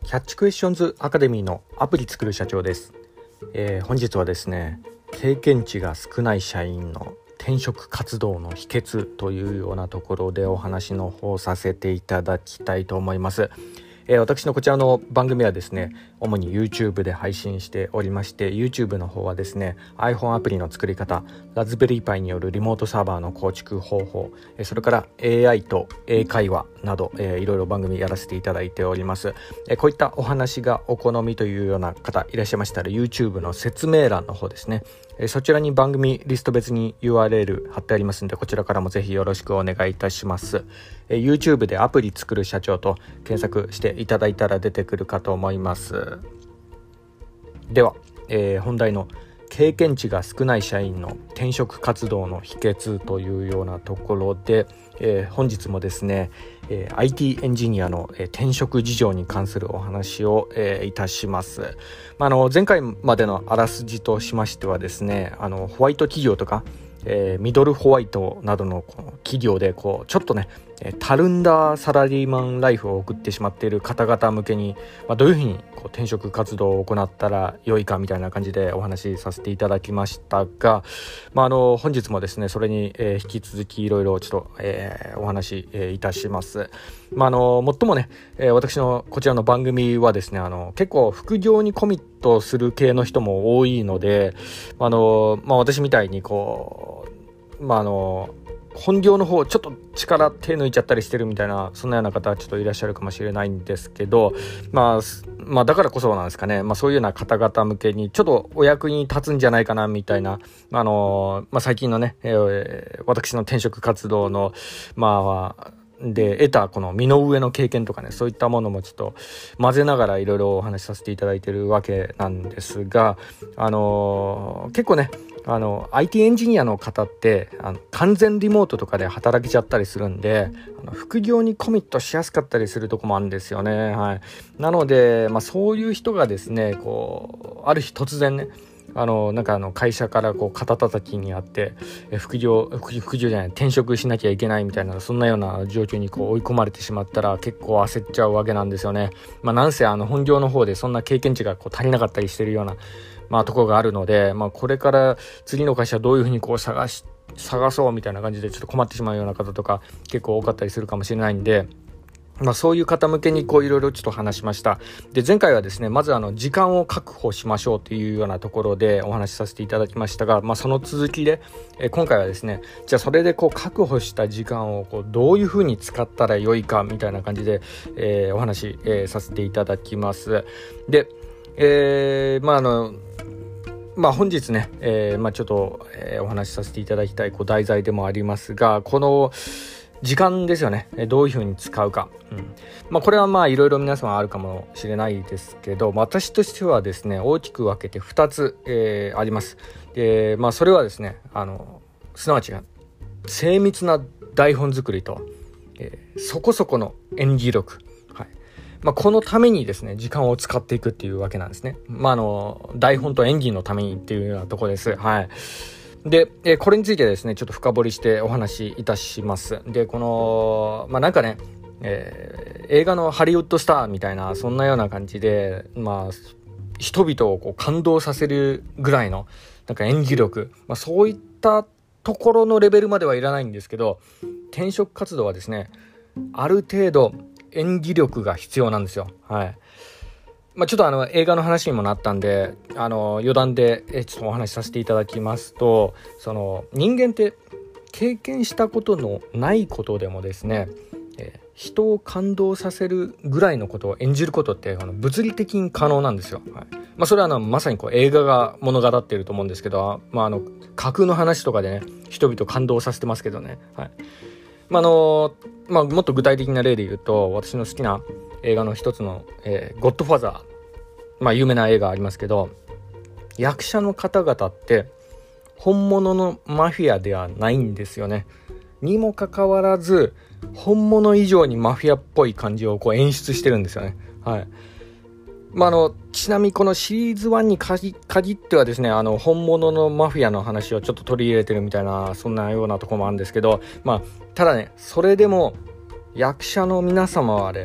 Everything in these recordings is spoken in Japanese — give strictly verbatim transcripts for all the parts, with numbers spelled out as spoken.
キャッチクエスチョンズアカデミーのアプリ作る社長です。えー、本日はですね、経験値が少ない社員の転職活動の秘訣というようなところでお話の方させていただきたいと思います。えー、私のこちらの番組はですね、主に YouTube で配信しておりまして、 YouTube の方はですね iPhone アプリの作り方、ラズベリーパイによるリモートサーバーの構築方法、えー、それから エーアイ と英会話など、えー、いろいろ番組やらせていただいております。えー、こういったお話がお好みというような方いらっしゃいましたら、 YouTube の説明欄の方ですね、えー、そちらに番組リスト別に ユーアールエル 貼ってありますので、こちらからもぜひよろしくお願いいたします。えー、YouTube でアプリ作る社長と検索していただいたら出てくるかと思います。では、えー、本題の経験値が少ない社員の転職活動の秘訣というようなところで、えー、本日もですね、えー、アイティー エンジニアの、えー、転職事情に関するお話を、えー、いたします。まあ、あの前回までのあらすじとしましてはですね、あのホワイト企業とかえー、ミドルホワイトなどのこの企業でこうちょっとね、えー、たるんだサラリーマンライフを送ってしまっている方々向けに、まあ、どういうふうにこう転職活動を行ったら良いかみたいな感じでお話しさせていただきましたが、まあ、あの本日もですねそれに、えー、引き続きいろいろちょっと、えー、お話し、えー、いたします。まあ、あの最もね、えー、私のこちらの番組はですね、あの結構副業にコミットする系の人も多いので、あの、まあ、私みたいにこうまああの本業の方ちょっと力手抜いちゃったりしてるみたいな、そんなような方ちょっといらっしゃるかもしれないんですけど、まあ、まあだからこそなんですかね、まあそういうような方々向けにちょっとお役に立つんじゃないかなみたいな、あのまあ最近のね、えー、私の転職活動のまあで得たこの身の上の経験とかね、そういったものもちょっと混ぜながらいろいろお話しさせていただいているわけなんですが、あのー、結構ねあの アイティー エンジニアの方ってあの完全リモートとかで働けちゃったりするんで、あの副業にコミットしやすかったりするとこもあるんですよね。はい、なので、まあ、そういう人がですねこうある日突然ねあのなんかあの会社からこう肩叩きにあってえ副業副業じゃない転職しなきゃいけないみたいな、そんなような状況にこう追い込まれてしまったら結構焦っちゃうわけなんですよね。まあ、なんせあの本業の方でそんな経験値がこう足りなかったりしてるようなまあところがあるので、まあ、これから次の会社どういうふうにこう探し探そうみたいな感じでちょっと困ってしまうような方とか結構多かったりするかもしれないんで、まあ、そういう方向けにこういろいろちょっと話しました。で前回はですねまずあの時間を確保しましょうというようなところでお話しさせていただきましたが、まあ、その続きでえ今回はですねじゃあそれでこう確保した時間をこうどういうふうに使ったらよいかみたいな感じで、えー、お話、えー、させていただきます。で、えー、まああのまあ本日ね、えー、まあちょっと、えー、お話しさせていただきたいこう題材でもありますが、この時間ですよね、どういうふうに使うか、うんまあ、これはまあいろいろ皆さんあるかもしれないですけど、私としてはですね大きく分けてふたつ、えー、あります。で、まあ、それはですねあのすなわち精密な台本作りと、えー、そこそこの演技力、はいまあ、このためにですね時間を使っていくっていうわけなんですね。まあ、あの台本と演技のためにっていうようなところです。はいで、えー、これについてですねちょっと深掘りしてお話しいたします。でこのまあなんかね、えー、映画のハリウッドスターみたいなそんなような感じでまあ人々をこう感動させるぐらいのなんか演技力、まあ、そういったところのレベルまではいらないんですけど、転職活動はですねある程度演技力が必要なんですよ。はいまあ、ちょっとあの映画の話にもなったんであの余談でえちょっとお話しさせていただきますと、その人間って経験したことのないことでもですね、えー、人を感動させるぐらいのことを演じることってあの物理的に可能なんですよ。はいまあ、それはあのまさにこう映画が物語っていると思うんですけど、まあ、あの架空の話とかでね人々を感動させてますけどね、はいまああのまあ、もっと具体的な例で言うと私の好きな映画の一つの、えー、ゴッドファザー、まあ有名な映画ありますけど、役者の方々って本物のマフィアではないんですよね。にもかかわらず本物以上にマフィアっぽい感じをこう演出してるんですよね。はいまあ、あのちなみにこのシリーズワンに限ってはですねあの本物のマフィアの話をちょっと取り入れてるみたいなそんなようなところもあるんですけど、まあただねそれでも役者の皆様はあれ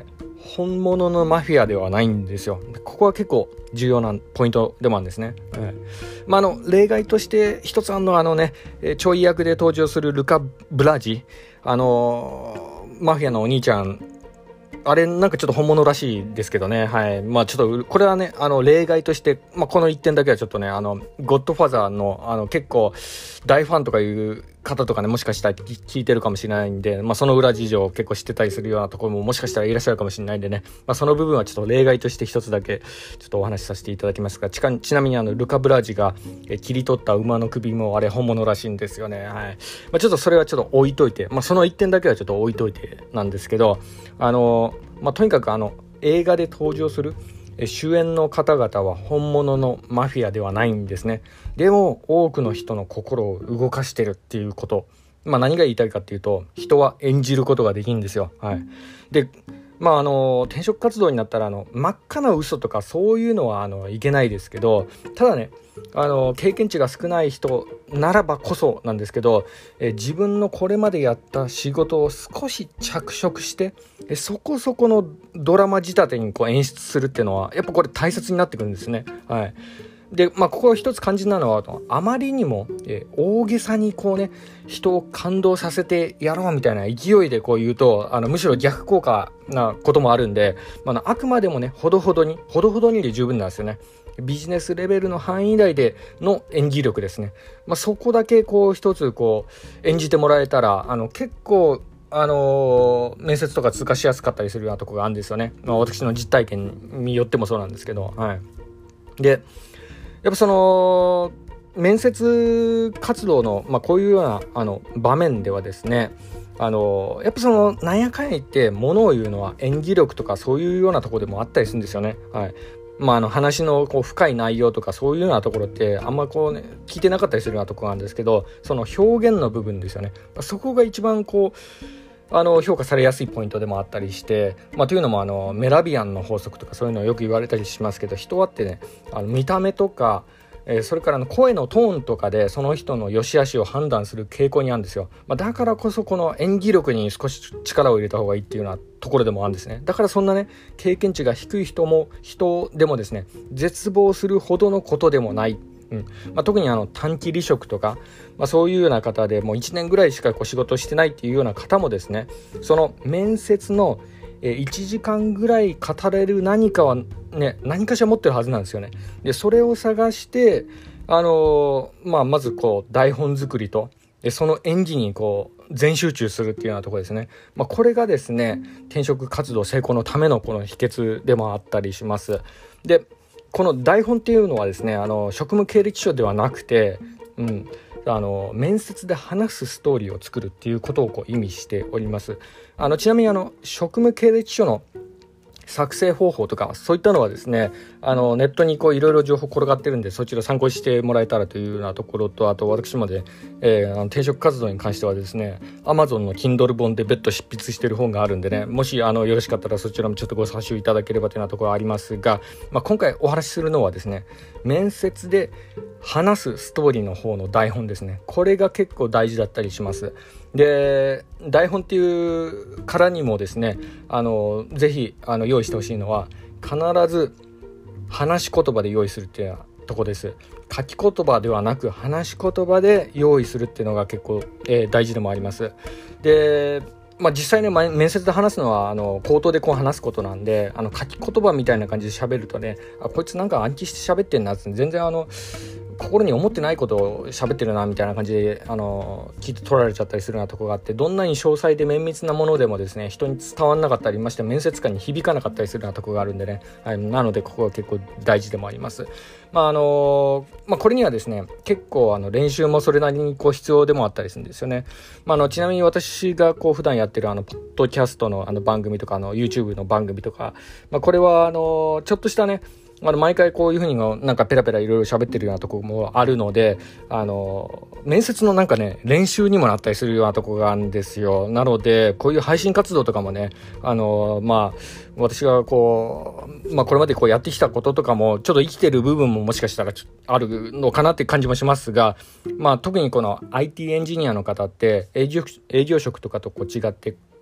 本物のマフィアではないんですよ。ここは結構重要なポイントでもあるんですね。はい、まあ、あの例外として一つあるのはあのね、ちょい役で登場するルカ・ブラジ、あのマフィアのお兄ちゃん、あれなんかちょっと本物らしいですけどね。はい。まあちょっとこれはね、あの例外として、まあこの一点だけはちょっとね、あのゴッドファザーのあの結構大ファンとかいう方とかね、もしかしたら聞いてるかもしれないんで、まあその裏事情を結構知ってたりするようなところももしかしたらいらっしゃるかもしれないんでね、まあその部分はちょっと例外として一つだけちょっとお話しさせていただきますが、ちかちなみにあのルカ・ブラージがえ切り取った馬の首もあれ本物らしいんですよね。はい。まあちょっとそれはちょっと置いといて、まあその一点だけはちょっと置いといてなんですけど、あのまあとにかくあの映画で登場する主演の方々は本物のマフィアではないんですね。でも多くの人の心を動かしてるっていうこと、まあ何が言いたいかっていうと、人は演じることができるんですよ。はい。で、まああの転職活動になったらあの真っ赤な嘘とかそういうのはあのいけないですけど、ただね、あの経験値が少ない人ならばこそなんですけど、え自分のこれまでやった仕事を少し着色してえそこそこのドラマ仕立てにこう演出するっていうのはやっぱこれ大切になってくるんですね。はい。で、まあここ一つ肝心なのは、あまりにも、え大げさにこうね、人を感動させてやろうみたいな勢いでこう言うと、あのむしろ逆効果なこともあるんで、まあ、あくまでもね、ほどほどにほどほどにで十分なんですよね。ビジネスレベルの範囲内での演技力ですね。まあ、そこだけこう一つこう演じてもらえたら、あの結構あのー、面接とか通過しやすかったりするようなところがあるんですよね。まあ、私の実体験によってもそうなんですけど、はい。で、やっぱその面接活動の、まあ、こういうようなあの場面ではですね、あのやっぱそのなんやかんや言ってものを言うのは演技力とかそういうようなところでもあったりするんですよね。はい。まあ、あの話のこう深い内容とかそういうようなところってあんまこうね聞いてなかったりするようなところなんですけど、その表現の部分ですよね。そこが一番こうあの評価されやすいポイントでもあったりして、まあ、というのもあのメラビアンの法則とかそういうのをよく言われたりしますけど、人はってね、あの見た目とかえー、それからの声のトーンとかでその人の良し悪しを判断する傾向にあるんですよ。まあ、だからこそこの演技力に少し力を入れた方がいいっていうようなところでもあるんですね。だからそんなね経験値が低い人も人でもですね絶望するほどのことでもない。うんまあ、特にあの短期離職とか、まあ、そういうような方でもういちねんぐらいしかこう仕事してないっていうような方もですね、その面接のいちじかんぐらい語れる何かはね、何かしら持ってるはずなんですよね。でそれを探してあのー、まあまずこう台本作りとでその演技にこう全集中するっていうようなところですね。まあこれがですね転職活動成功のためのこの秘訣でもあったりします。でこの台本っていうのはですね、あの職務経歴書ではなくて、うん、あの面接で話すストーリーを作るっていうことをこう意味しております。あのちなみにあの職務経歴書の作成方法とかそういったのはですね、あのネットにこういろいろ情報転がってるんで、そちら参考にしてもらえたらというようなところと、あと私まで、えー、あの転職活動に関してはですね Amazon の Kindle 本で別途執筆してる本があるんでね、もしあのよろしかったらそちらもちょっとご参照いただければというようなところありますが、まあ、今回お話しするのはですね面接で話すストーリーの方の台本ですね。これが結構大事だったりします。で台本っていうからにもですね、あのぜひあの用意してほしいのは必ず話し言葉で用意するっていうとこです。書き言葉ではなく話し言葉で用意するっていうのが結構、えー、大事でもあります。でまあ、実際ね面接で話すのはあの口頭でこう話すことなんで、あの書き言葉みたいな感じで喋るとね、あこいつなんか暗記して喋ってんなって全然あの心に思ってないことを喋ってるなみたいな感じであの聞いて取られちゃったりするようなところがあって、どんなに詳細で綿密なものでもですね人に伝わんなかったり、まして面接官に響かなかったりするようなところがあるんでね、はい、なのでここは結構大事でもあります。まああのまあ、これにはですね結構あの練習もそれなりにこう必要でもあったりするんですよね。まあ、あのちなみに私がこう普段やってるあのポッドキャストのあの番組とかあの YouTube の番組とか、まあ、これはあのちょっとしたねあの毎回こういう風になんかペラペラいろいろ喋ってるようなところもあるので、あの面接のなんかね練習にもなったりするようなところがあるんですよ。なのでこういう配信活動とかもね、あのまあ私がこうまあこれまでこうやってきたこととかもちょっと生きてる部分ももしかしたらあるのかなって感じもしますが、まあ特にこの アイティー エンジニアの方って営業営業職とかとこう違って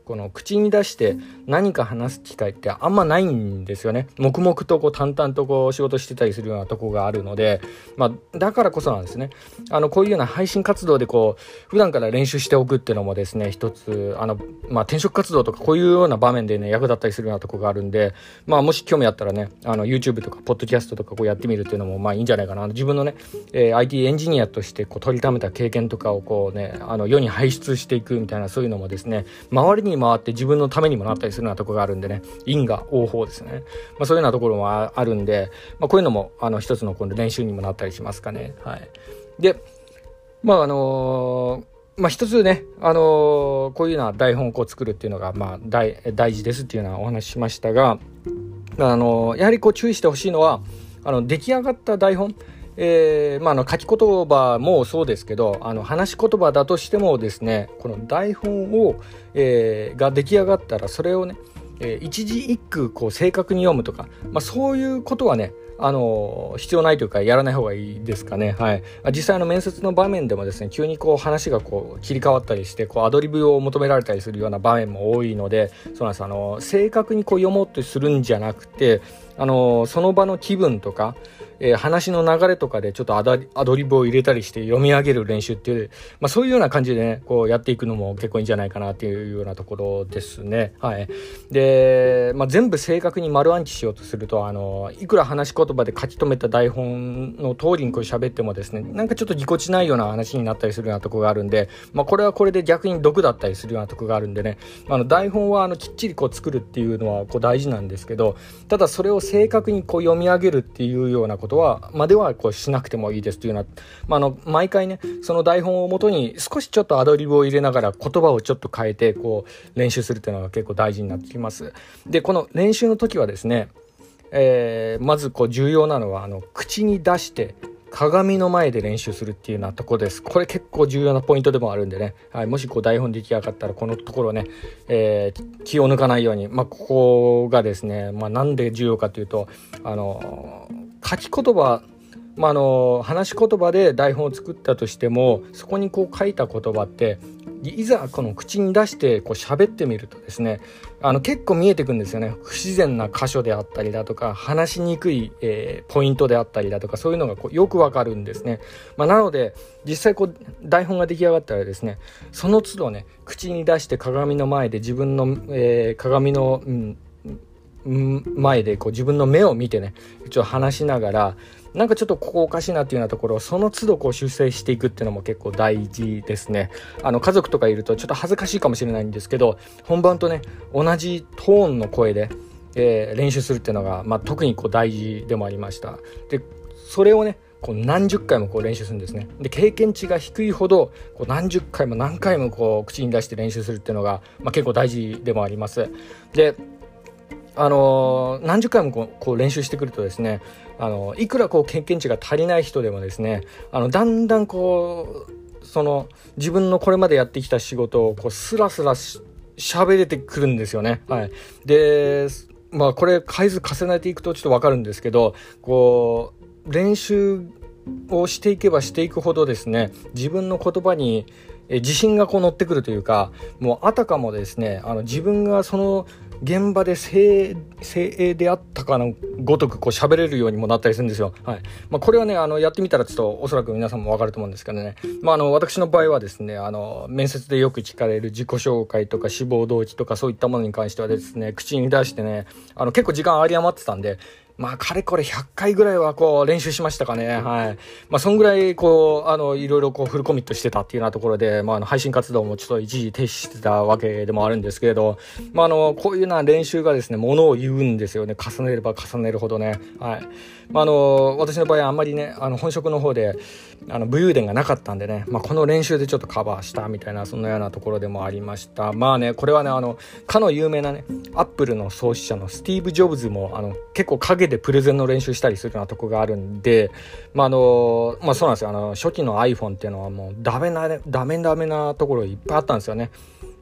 この口に出して何か話す機会ってあんまないんですよね。黙々とこう淡々とこう仕事してたりするようなとこがあるので、まあ、だからこそなんですね。あのこういうような配信活動でこう普段から練習しておくっていうのもですね、一つあの、まあ、転職活動とかこういうような場面でね役立ったりするようなとこがあるんで、まあ、もし興味あったらね、あの YouTube とかポッドキャストとかこうやってみるっていうのもまあいいんじゃないかな。自分のね、えー、アイティー エンジニアとしてこう取りためた経験とかをこうね、あの世に輩出していくみたいな、そういうのもですね、周りに回って自分のためにもなったりするようなところがあるんでね、因果応報ですね。まあ、そういうようなところもあるんで、まあ、こういうのもあの一つの今度練習にもなったりしますかね。はい。で、まああのー、まあ一つね、あのー、こういうような台本をこう作るっていうのがまあ 大, 大事ですっていうようなお話ししましたが、あのー、やはりこう注意してほしいのは、あの出来上がった台本、えーまあ、あの書き言葉もそうですけど、あの話し言葉だとしてもですね、この台本を、えー、が出来上がったらそれをね、えー、一字一句こう正確に読むとか、まあ、そういうことはね、あのー、必要ないというかやらない方がいいですかね。はい。実際の面接の場面でもですね、急にこう話がこう切り替わったりしてこうアドリブを求められたりするような場面も多いので、そうなんです。あのー、正確にこう読もうとするんじゃなくて、あのー、その場の気分とか、えー、話の流れとかでちょっとアドリブを入れたりして読み上げる練習っていう、まあ、そういうような感じでねこうやっていくのも結構いいんじゃないかなっていうようなところですね。はい。で、まあ、全部正確に丸暗記しようとすると、あのいくら話し言葉で書き留めた台本の通りにこう喋ってもですね、なんかちょっとぎこちないような話になったりするようなところがあるんで、まあ、これはこれで逆に毒だったりするようなところがあるんでね、あの台本はあのきっちりこう作るっていうのはこう大事なんですけど、ただそれを正確にこう読み上げるっていうようなことはまではこうしなくてもいいですというような、まあ、あの毎回ねその台本をもとに少しちょっとアドリブを入れながら言葉をちょっと変えてこう練習するっていうのが結構大事になってきます。でこの練習の時はですね、えー、まずこう重要なのはあの口に出して鏡の前で練習するっていうようなところです。これ結構重要なポイントでもあるんでね、はい、もしこう台本出来上がったらこのところね、えー、気を抜かないように、まあ、ここがですね、まあ、なんで重要かというと、あの書き言葉、まあ、あの話し言葉で台本を作ったとしても、そこにこう書いた言葉っていざこの口に出してこう喋ってみるとですね、あの結構見えてくるんですよね。不自然な箇所であったりだとか、話しにくい、えー、ポイントであったりだとか、そういうのがこうよくわかるんですね。まあ、なので実際こう台本が出来上がったらですね、その都度ね口に出して鏡の前で自分の、えー、鏡の、うん前でこう自分の目を見てねちょっと話しながら、なんかちょっとここおかしいなっていうようなところをその都度こう修正していくっていうのも結構大事ですね。あの家族とかいるとちょっと恥ずかしいかもしれないんですけど、本番とね同じトーンの声で、えー、練習するっていうのが、まあ、特にこう大事でもありました。でそれをねこう何十回もこう練習するんですね。で経験値が低いほどこう何十回も何回もこう口に出して練習するっていうのが、まあ、結構大事でもあります。であのー、何十回もこう、こう練習してくるとですね、あのー、いくらこう経験値が足りない人でもですね、あのだんだんこうその自分のこれまでやってきた仕事をこうスラスラし喋れてくるんですよね。はい。でまあこれ回数重ねていくとちょっと分かるんですけど、こう練習をしていけばしていくほどですね、自分の言葉に自信がこう乗ってくるというか、もうあたかもですね、あの自分がその現場で精鋭であったかのごとくこう喋れるようにもなったりするんですよ。はい。まあ、これはねあのやってみたらちょっとおそらく皆さんも分かると思うんですけどね、まあ、あの私の場合はですね、あの面接でよく聞かれる自己紹介とか志望動機とかそういったものに関してはですね、口に出してね、あの結構時間有り余ってたんで、まあかれこれひゃっかいぐらいはこう練習しましたかね。はい。まあそんぐらいこうあのいろいろこうフルコミットしてたっていうようなところで、まああの配信活動もちょっと一時停止してたわけでもあるんですけれど、まああのこういうような練習がですねものを言うんですよね。重ねれば重ねるほどね。はい。まああの私の場合はあんまりねあの本職の方であの武勇伝がなかったんでね、まあこの練習でちょっとカバーしたみたいなそんなようなところでもありました。まあねこれはねあのかの有名なねアップルの創始者のスティーブ・ジョブズもあの結構陰でプレゼンの練習したりするようなとこがあるんで、まああのまあそうなんですよ。あの初期の iPhone っていうのはもうダメなダメダメなところいっぱいあったんですよね。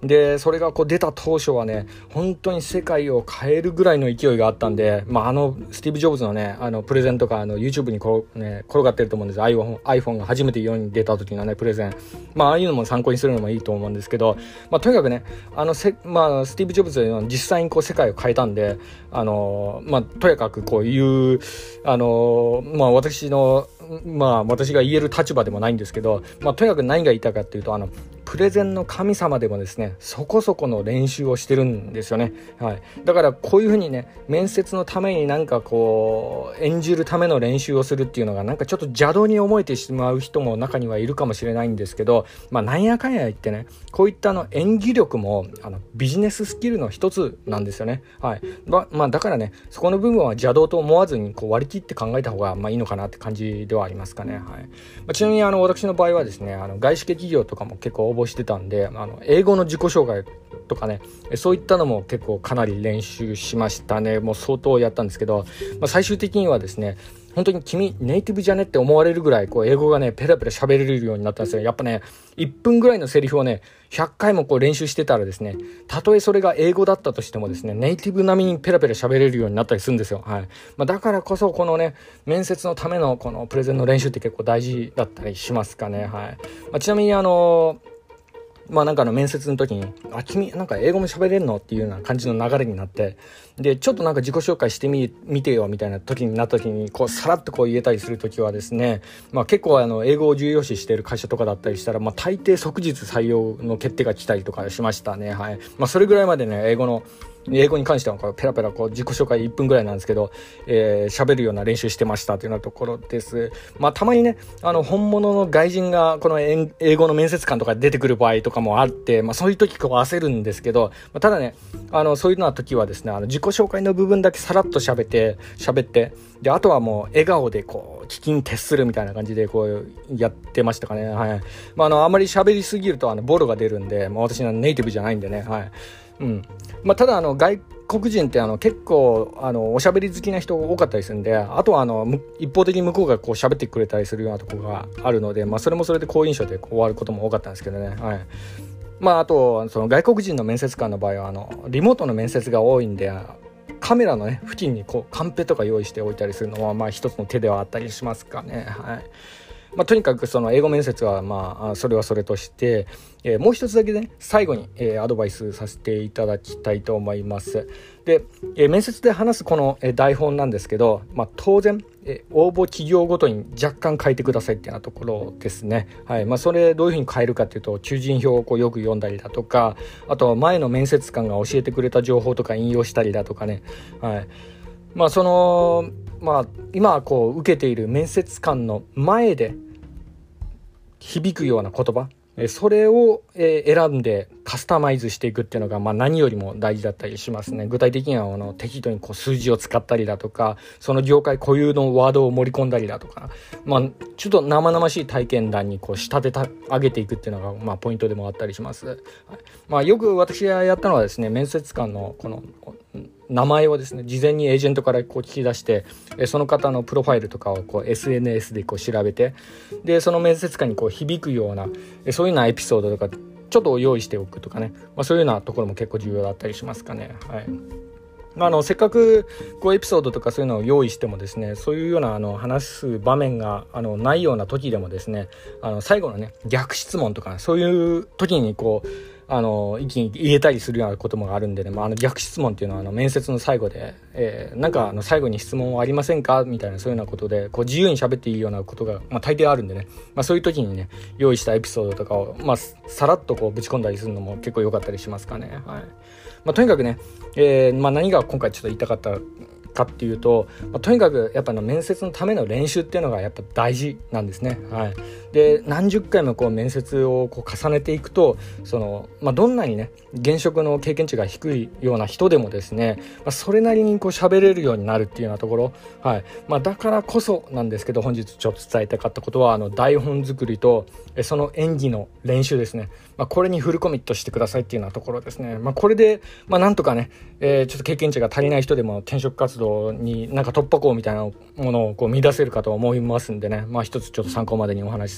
でそれがこう出た当初はね本当に世界を変えるぐらいの勢いがあったんで、まあ、あのスティーブ・ジョブズのねあのプレゼンとかあの YouTube にこう、ね、転がってると思うんです。 iPhone, iPhone が初めて世に出た時のねプレゼン、まあ、ああいうのも参考にするのもいいと思うんですけど、まあ、とにかくねあのせ、まあ、スティーブ・ジョブズは実際にこう世界を変えたんで、あの、まあ、とにかくこういうあの、まあ、私のまあ私が言える立場でもないんですけど、まあ、とにかく何が言いたいかっていうと、あのプレゼンの神様でもですねそこそこの練習をしてるんですよね、はい、だからこういうふうにね面接のためになんかこう演じるための練習をするっていうのがなんかちょっと邪道に思えてしまう人も中にはいるかもしれないんですけど、まあなんやかんや言ってねこういったあの演技力もあのビジネススキルの一つなんですよね、はい。ま、まあだからねそこの部分は邪道と思わずにこう割り切って考えた方がまあいいのかなって感じではありますかね、はい。まあ、ちなみにあの私の場合はですねあの外資系企業とかも結構応募してたんで、あの英語の自己紹介とかねそういったのも結構かなり練習しましたね。もう相当やったんですけど、まあ、最終的にはですね本当に君ネイティブじゃねって思われるぐらいこう英語がねペラペラ喋れるようになったんですよ。やっぱねいっぷんぐらいのセリフをねひゃっかいもこう練習してたらですねたとえそれが英語だったとしてもですねネイティブ並みにペラペラ喋れるようになったりするんですよ、はい。まあ、だからこそこのね面接のためのこのプレゼンの練習って結構大事だったりしますかね、はい。まあ、ちなみにあのーまあなんかの面接の時にあ君なんか英語も喋れるのっていうような感じの流れになって、でちょっとなんか自己紹介してみ見てよみたいな時になった時にこうさらっとこう言えたりする時はですね、まあ結構あの英語を重要視している会社とかだったりしたら、まあ大抵即日採用の決定が来たりとかしましたね、はい。まあそれぐらいまでね英語の英語に関してはこうペラペラこう自己紹介いっぷんぐらいなんですけど喋、えー、るような練習してましたというようなところです。まあたまにねあの本物の外人がこの英語の面接官とか出てくる場合とかもあって、まあそういう時こう焦るんですけど、まあ、ただねあのそういうような時はですねあの自己紹介の部分だけさらっと喋って喋ってであとはもう笑顔でこう聞きに徹するみたいな感じでこうやってましたかね、はい。まああのあまり喋りすぎるとあのボロが出るんで、まあ、私はネイティブじゃないんでね、はい。うんまあ、ただあの外国人ってあの結構あのおしゃべり好きな人多かったりするんで、あとはあの一方的に向こうがこう喋ってくれたりするようなところがあるので、まあ、それもそれで好印象でこう終わることも多かったんですけどね、はい。まあ、あとその外国人の面接官の場合はあのリモートの面接が多いんでカメラのね付近にこうカンペとか用意しておいたりするのはまあ一つの手ではあったりしますかね、はい。まあ、とにかくその英語面接はまあそれはそれとして、えー、もう一つだけね最後に、えー、アドバイスさせていただきたいと思います。で、えー、面接で話すこの、えー、台本なんですけど、まあ、当然、えー、応募企業ごとに若干変えてくださいっていうようなところですね、はい。まあ、それどういうふうに変えるかっていうと求人票をこうよく読んだりだとか、あと前の面接官が教えてくれた情報とか引用したりだとかね、はい。まあそのまあ今こう受けている面接官の前で響くような言葉、それを選んでカスタマイズしていくっていうのがまあ何よりも大事だったりしますね。具体的にはあの適度にこう数字を使ったりだとか、その業界固有のワードを盛り込んだりだとか、まあちょっと生々しい体験談にこう仕立てた上げていくっていうのがまあポイントでもあったりします。はい。まあよく私がやったのはですね、面接官のこの名前をですね事前にエージェントからこう聞き出して、その方のプロファイルとかをこう エスエヌエス でこう調べて、でその面接官にこう響くようなそういうようなエピソードとかちょっと用意しておくとかね、まあ、そういうようなところも結構重要だったりしますかね、はい。あのせっかくこうエピソードとかそういうのを用意してもですね、そういうようなあの話す場面があのないような時でもですね、あの最後のね逆質問とかそういう時にこうあの一気に言えたりするようなこともあるんでね、まあ、あの逆質問っていうのはあの面接の最後で、えー、なんかあの最後に質問はありませんかみたいなそういうようなことでこう自由に喋っていいようなことが、まあ、大抵あるんでね、まあ、そういう時にね用意したエピソードとかを、まあ、さらっとこうぶち込んだりするのも結構良かったりしますかね、はい。まあ、とにかくね、えーまあ、何が今回ちょっと言いたかったかっていうと、まあ、とにかくやっぱの面接のための練習っていうのがやっぱ大事なんですね、はい。で何十回もこう面接をこう重ねていくとその、まあ、どんなにね現職の経験値が低いような人でもですね、まあ、それなりにこう喋れるようになるっていうようなところ、はい。まあ、だからこそなんですけど本日ちょっと伝えたかったことはあの台本作りとその演技の練習ですね、まあ、これにフルコミットしてくださいっていうようなところですね。まあ、これで、まあ、なんとかね、えー、ちょっと経験値が足りない人でも転職活動になんか突破口みたいなものをこう見出せるかと思いますんでね、まあ、一つちょっと参考までにお話しさ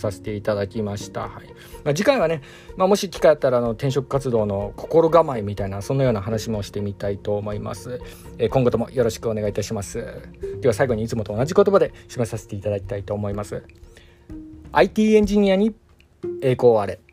させていただきました。はい、まあ、次回はね、まあ、もし機会あったらあの転職活動の心構えみたいなそんなような話もしてみたいと思います。えー、今後ともよろしくお願いいたします。では最後にいつもと同じ言葉で締めさせていただきたいと思います。アイティー エンジニアに栄光あれ。